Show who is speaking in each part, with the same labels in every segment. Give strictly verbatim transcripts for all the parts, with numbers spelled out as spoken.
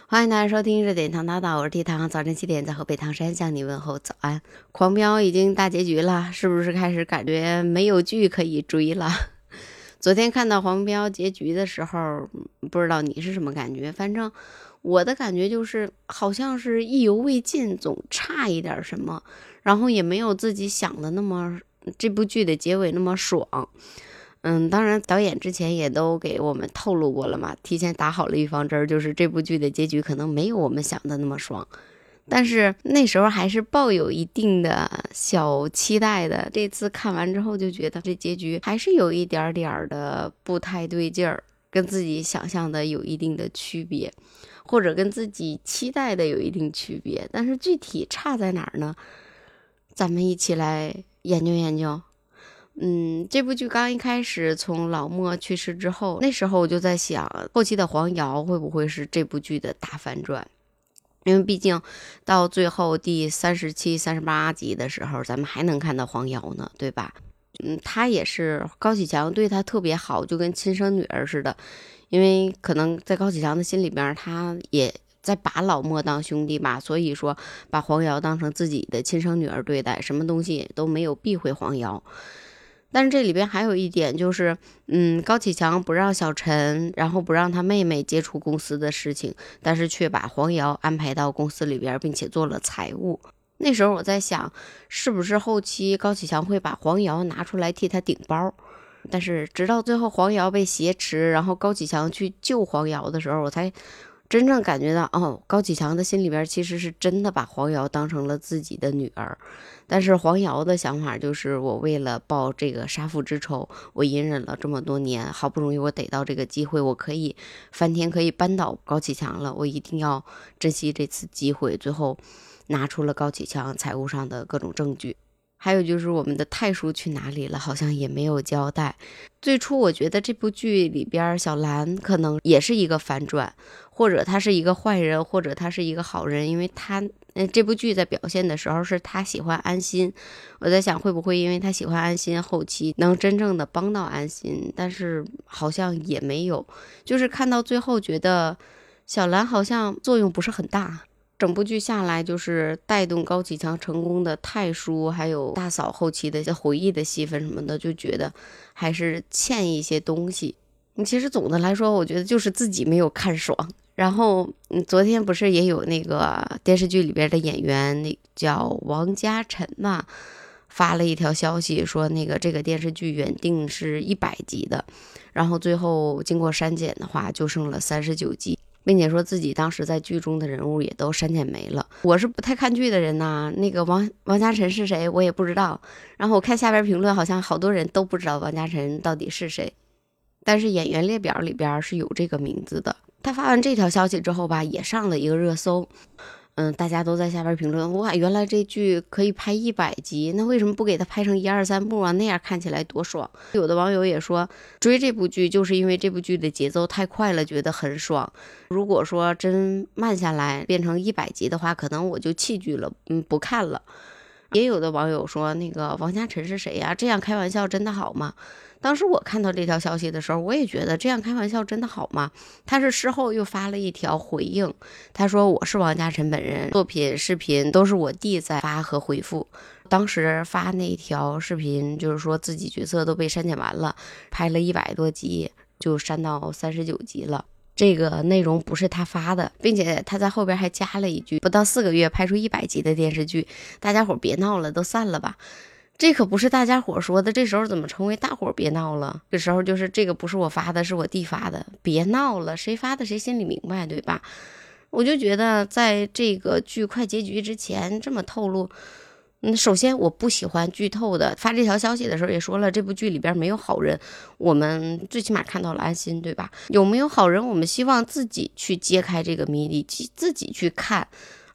Speaker 1: 欢迎大家收听热点糖叨叨，我是 T 糖，早晨七点在河北唐山向你问候早安。狂飙已经大结局了，是不是开始感觉没有剧可以追了？昨天看到黄标结局的时候，不知道你是什么感觉，反正我的感觉就是好像是意犹未尽，总差一点什么，然后也没有自己想的那么这部剧的结尾那么爽。嗯，当然导演之前也都给我们透露过了嘛，提前打好了预防针，就是这部剧的结局可能没有我们想的那么爽，但是那时候还是抱有一定的小期待的。这次看完之后就觉得这结局还是有一点点的不太对劲儿，跟自己想象的有一定的区别，或者跟自己期待的有一定区别，但是具体差在哪儿呢？咱们一起来研究研究。嗯，这部剧刚一开始从老莫去世之后，那时候我就在想，后期的黄瑶会不会是这部剧的大反转？因为毕竟到最后第三十七、三十八集的时候，咱们还能看到黄瑶呢，对吧？嗯，他也是高启强对他特别好，就跟亲生女儿似的。因为可能在高启强的心里边，他也在把老莫当兄弟吧，所以说把黄瑶当成自己的亲生女儿对待，什么东西都没有避讳黄瑶。但是这里边还有一点就是，嗯，高启强不让小陈，然后不让他妹妹接触公司的事情，但是却把黄瑶安排到公司里边，并且做了财务。那时候我在想，是不是后期高启强会把黄瑶拿出来替他顶包？但是直到最后黄瑶被挟持，然后高启强去救黄瑶的时候，我才真正感觉到，哦，高启强的心里边其实是真的把黄瑶当成了自己的女儿。但是黄瑶的想法就是，我为了报这个杀父之仇，我隐忍了这么多年，好不容易我逮到这个机会，我可以翻天，可以扳倒高启强了，我一定要珍惜这次机会。最后拿出了高启强财务上的各种证据。还有就是我们的太叔去哪里了，好像也没有交代。最初我觉得这部剧里边小兰可能也是一个反转，或者他是一个坏人，或者他是一个好人，因为他呃这部剧在表现的时候是他喜欢安心，我在想会不会因为他喜欢安心，后期能真正的帮到安心，但是好像也没有，就是看到最后觉得小兰好像作用不是很大。整部剧下来，就是带动高启强成功的太叔，还有大嫂后期的回忆的戏份什么的，就觉得还是欠一些东西。其实总的来说，我觉得就是自己没有看爽。然后，嗯，昨天不是也有那个电视剧里边的演员，那叫王嘉晨嘛，发了一条消息说，那个这个电视剧原定是一百集的，然后最后经过删减的话，就剩了三十九集。并且说自己当时在剧中的人物也都删减没了。我是不太看剧的人呐、啊，那个王王嘉晨是谁我也不知道。然后我看下边评论，好像好多人都不知道王嘉晨到底是谁，但是演员列表里边是有这个名字的。他发完这条消息之后吧，也上了一个热搜。嗯，大家都在下边评论，哇，原来这剧可以拍一百集，那为什么不给它拍成一二三部啊？那样看起来多爽。有的网友也说，追这部剧就是因为这部剧的节奏太快了，觉得很爽。如果说真慢下来变成一百集的话，可能我就弃剧了，嗯，不看了。也有的网友说，那个王嘉晨是谁呀？这样开玩笑真的好吗？当时我看到这条消息的时候，我也觉得这样开玩笑真的好吗？他是事后又发了一条回应，他说我是王嘉晨本人，作品视频都是我弟在发和回复。当时发那条视频就是说自己角色都被删减完了，拍了一百多集就删到三十九集了。这个内容不是他发的，并且他在后边还加了一句，不到四个月拍出一百集的电视剧，大家伙别闹了，都散了吧。这可不是大家伙说的，这时候怎么成为大伙别闹了？这时候就是这个不是我发的，是我弟发的，别闹了，谁发的谁心里明白，对吧？我就觉得在这个剧快结局之前这么透露，嗯，首先我不喜欢剧透的，发这条消息的时候也说了，这部剧里边没有好人，我们最起码看到了安心，对吧？有没有好人，我们希望自己去揭开这个谜底，自己去看。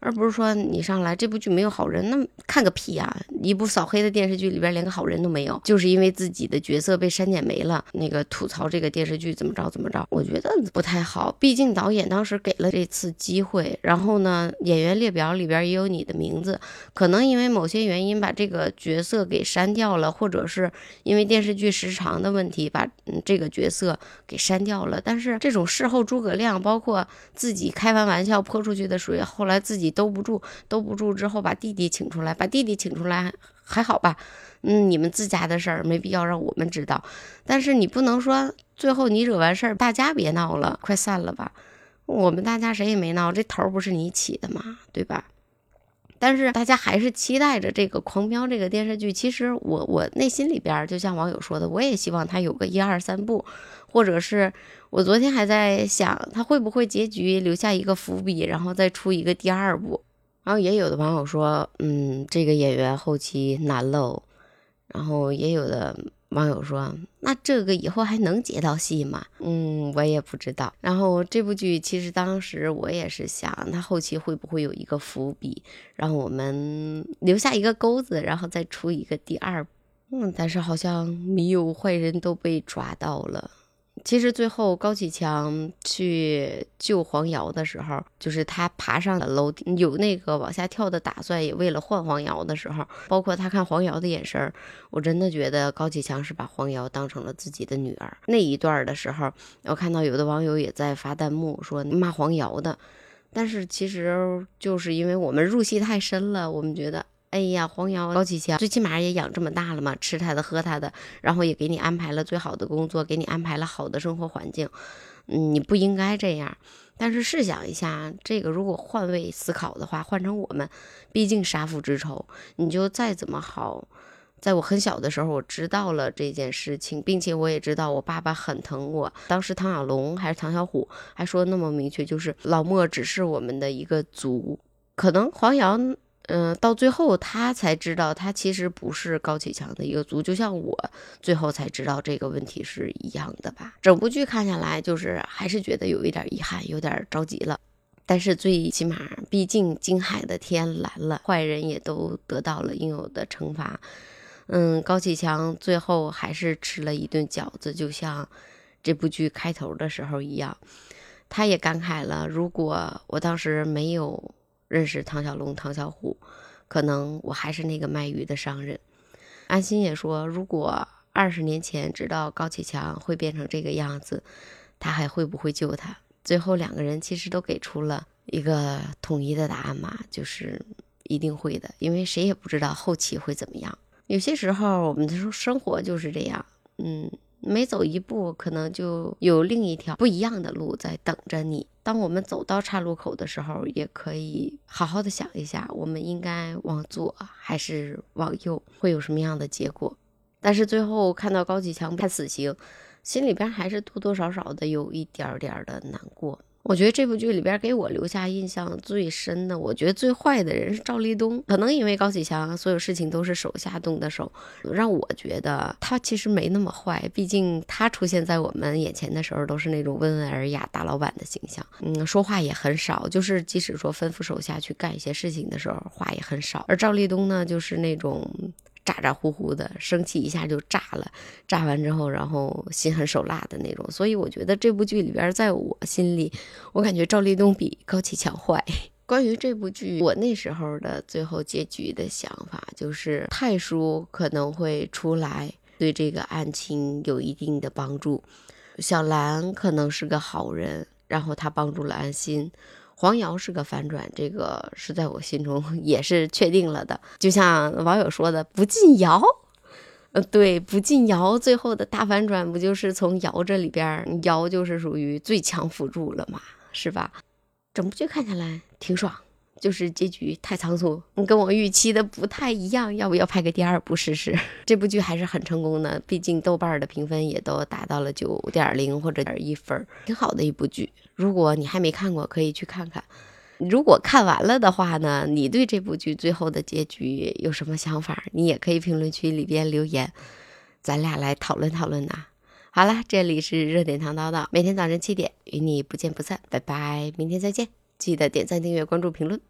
Speaker 1: 而不是说你上来这部剧没有好人，那看个屁啊！一部扫黑的电视剧里边连个好人都没有，就是因为自己的角色被删减没了，那个吐槽这个电视剧怎么着怎么着，我觉得不太好。毕竟导演当时给了这次机会，然后呢，演员列表里边也有你的名字，可能因为某些原因把这个角色给删掉了，或者是因为电视剧时长的问题把、嗯、这个角色给删掉了。但是这种事后诸葛亮，包括自己开完玩笑泼出去的水，后来自己兜不住，兜不住之后把弟弟请出来，把弟弟请出来还好吧，嗯，你们自家的事儿没必要让我们知道。但是你不能说最后你惹完事儿，大家别闹了，快散了吧。我们大家谁也没闹，这头不是你起的嘛，对吧？但是大家还是期待着这个《狂飙》这个电视剧。其实我我内心里边就像网友说的，我也希望它有个一二三部，或者是我昨天还在想它会不会结局留下一个伏笔，然后再出一个第二部。然后也有的网友说，嗯，这个演员后期难喽。然后也有的网友说，那这个以后还能接到戏吗？嗯，我也不知道。然后这部剧其实当时我也是想，它后期会不会有一个伏笔，让我们留下一个钩子，然后再出一个第二部。嗯，但是好像没有坏人都被抓到了。其实最后高启强去救黄瑶的时候，就是他爬上了楼梯，有那个往下跳的打算，也为了换黄瑶的时候，包括他看黄瑶的眼神，我真的觉得高启强是把黄瑶当成了自己的女儿。那一段的时候，我看到有的网友也在发弹幕说骂黄瑶的，但是其实就是因为我们入戏太深了，我们觉得哎呀，黄瑶高启强最起码也养这么大了嘛，吃他的喝他的，然后也给你安排了最好的工作，给你安排了好的生活环境，嗯，你不应该这样。但是试想一下，这个如果换位思考的话，换成我们，毕竟杀父之仇，你就再怎么好，在我很小的时候我知道了这件事情，并且我也知道我爸爸很疼我。当时唐小龙还是唐小虎还说那么明确，就是老莫只是我们的一个族。可能黄瑶嗯、呃，到最后他才知道他其实不是高启强的一个族，就像我最后才知道这个问题是一样的吧。整部剧看下来，就是还是觉得有一点遗憾，有点着急了。但是最起码，毕竟金海的天蓝了，坏人也都得到了应有的惩罚。嗯，高启强最后还是吃了一顿饺子，就像这部剧开头的时候一样，他也感慨了，如果我当时没有认识唐小龙、唐小虎，可能我还是那个卖鱼的商人。安心也说，如果二十年前知道高启强会变成这个样子，他还会不会救他？最后两个人其实都给出了一个统一的答案嘛，就是一定会的，因为谁也不知道后期会怎么样。有些时候我们的生活就是这样，嗯。每走一步，可能就有另一条不一样的路在等着你。当我们走到岔路口的时候，也可以好好的想一下，我们应该往左还是往右，会有什么样的结果。但是最后看到高启强判死刑，心里边还是多多少少的有一点点的难过。我觉得这部剧里边给我留下印象最深的，我觉得最坏的人是赵立东。可能因为高启强所有事情都是手下动的手，让我觉得他其实没那么坏。毕竟他出现在我们眼前的时候都是那种温文尔雅大老板的形象，嗯，说话也很少，就是即使说吩咐手下去干一些事情的时候话也很少。而赵立东呢，就是那种咋咋呼呼的，生气一下就炸了，炸完之后然后心狠手辣的那种。所以我觉得这部剧里边，在我心里，我感觉赵立东比高启强坏。关于这部剧，我那时候的最后结局的想法就是太叔可能会出来，对这个案情有一定的帮助。小兰可能是个好人，然后他帮助了安心。黄瑶是个反转，这个是在我心中也是确定了的。就像网友说的，不进瑶，呃，对，不进瑶，最后的大反转不就是从瑶这里边，瑶就是属于最强辅助了嘛，是吧？整部剧看下来挺爽，就是结局太仓促，跟我预期的不太一样，要不要拍个第二部试试？这部剧还是很成功的，毕竟豆瓣的评分也都达到了九点零或者一分，挺好的一部剧。如果你还没看过，可以去看看。如果看完了的话呢，你对这部剧最后的结局有什么想法？你也可以评论区里边留言，咱俩来讨论讨论呐。好了，这里是热点糖叨叨，每天早晨七点与你不见不散，拜拜，明天再见。记得点赞、订阅、关注、评论，嗯，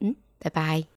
Speaker 1: 拜拜。